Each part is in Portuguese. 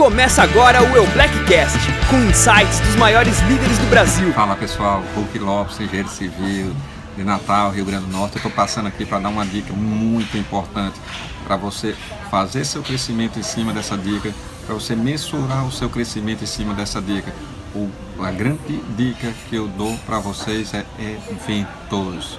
Começa agora o EuBlackcast, com insights dos maiores líderes do Brasil. Fala pessoal, Hulk Lopes, engenheiro civil de Natal, Rio Grande do Norte. Eu estou passando aqui para dar uma dica muito importante para você fazer seu crescimento em cima dessa dica, para você mensurar o seu crescimento em cima dessa dica. A grande dica que eu dou para vocês é eventos.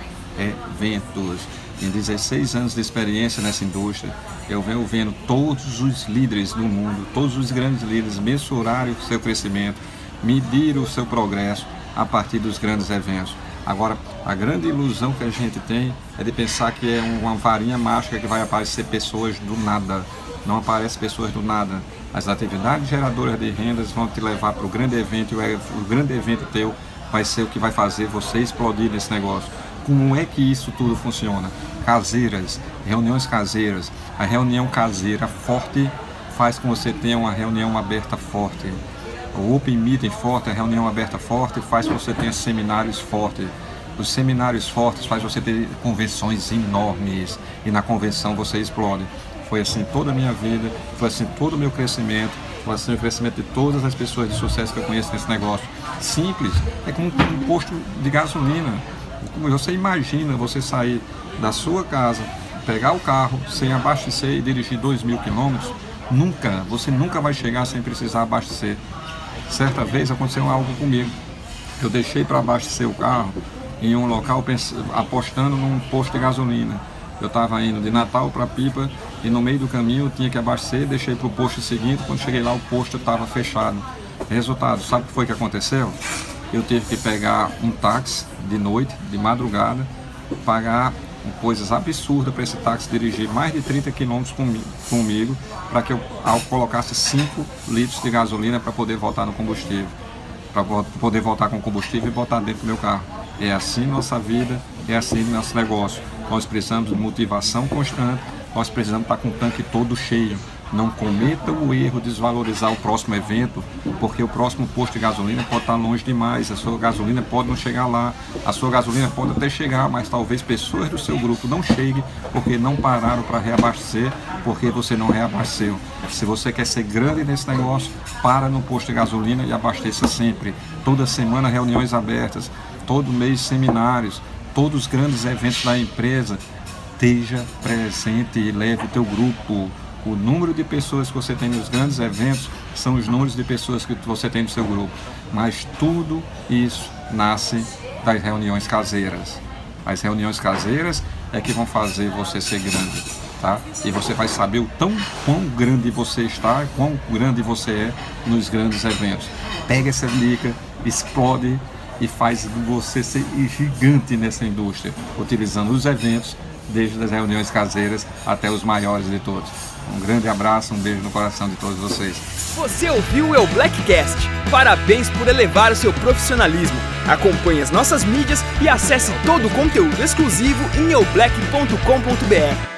Em 16 anos de experiência nessa indústria, eu venho vendo todos os líderes do mundo, todos os grandes líderes mensurarem o seu crescimento, medir o seu progresso a partir dos grandes eventos. Agora, a grande ilusão que a gente tem é de pensar que é uma varinha mágica que vai aparecer pessoas do nada. Não aparecem pessoas do nada. As atividades geradoras de rendas vão te levar para o grande evento, e o grande evento teu vai ser o que vai fazer você explodir nesse negócio. Como é que isso tudo funciona? Caseiras, reuniões caseiras. A reunião caseira forte faz com que você tenha uma reunião aberta forte. O Open Meeting forte, a reunião aberta forte, faz com que você tenha seminários fortes. Os seminários fortes faz você ter convenções enormes e na convenção você explode. Foi assim toda a minha vida, foi assim todo o meu crescimento, foi assim o crescimento de todas as pessoas de sucesso que eu conheço nesse negócio. Simples, é como um posto de gasolina. Você imagina você sair da sua casa, pegar o carro sem abastecer e dirigir 2.000 quilômetros? Você nunca vai chegar sem precisar abastecer. Certa vez aconteceu algo comigo. Eu deixei para abastecer o carro em um local apostando num posto de gasolina. Eu estava indo de Natal para Pipa e no meio do caminho eu tinha que abastecer, deixei para o posto seguinte. Quando cheguei lá, o posto estava fechado. Resultado, sabe o que foi que aconteceu? Eu tive que pegar um táxi de noite, de madrugada, pagar coisas absurdas para esse táxi dirigir mais de 30 quilômetros comigo, para que eu colocasse 5 litros de gasolina para poder voltar no combustível, para poder voltar com combustível e botar dentro do meu carro. É assim nossa vida, é assim nosso negócio. Nós precisamos de motivação constante, nós precisamos estar com o tanque todo cheio. Não cometa o erro de desvalorizar o próximo evento, porque o próximo posto de gasolina pode estar longe demais, a sua gasolina pode não chegar lá, a sua gasolina pode até chegar, mas talvez pessoas do seu grupo não cheguem porque não pararam para reabastecer, porque você não reabasteceu. Se você quer ser grande nesse negócio, para no posto de gasolina e abasteça sempre. Toda semana reuniões abertas, todo mês seminários, todos os grandes eventos da empresa. Esteja presente e leve o teu grupo. O número de pessoas que você tem nos grandes eventos são os números de pessoas que você tem no seu grupo. Mas tudo isso nasce das reuniões caseiras. As reuniões caseiras é que vão fazer você ser grande, tá? E você vai saber quão grande você está, quão grande você é nos grandes eventos. Pega essa dica, explode e faz você ser gigante nessa indústria, utilizando os eventos, desde as reuniões caseiras até os maiores de todos. Um grande abraço, um beijo no coração de todos vocês. Você ouviu o EuBlackcast. Parabéns por elevar o seu profissionalismo. Acompanhe as nossas mídias e acesse todo o conteúdo exclusivo em eublack.com.br.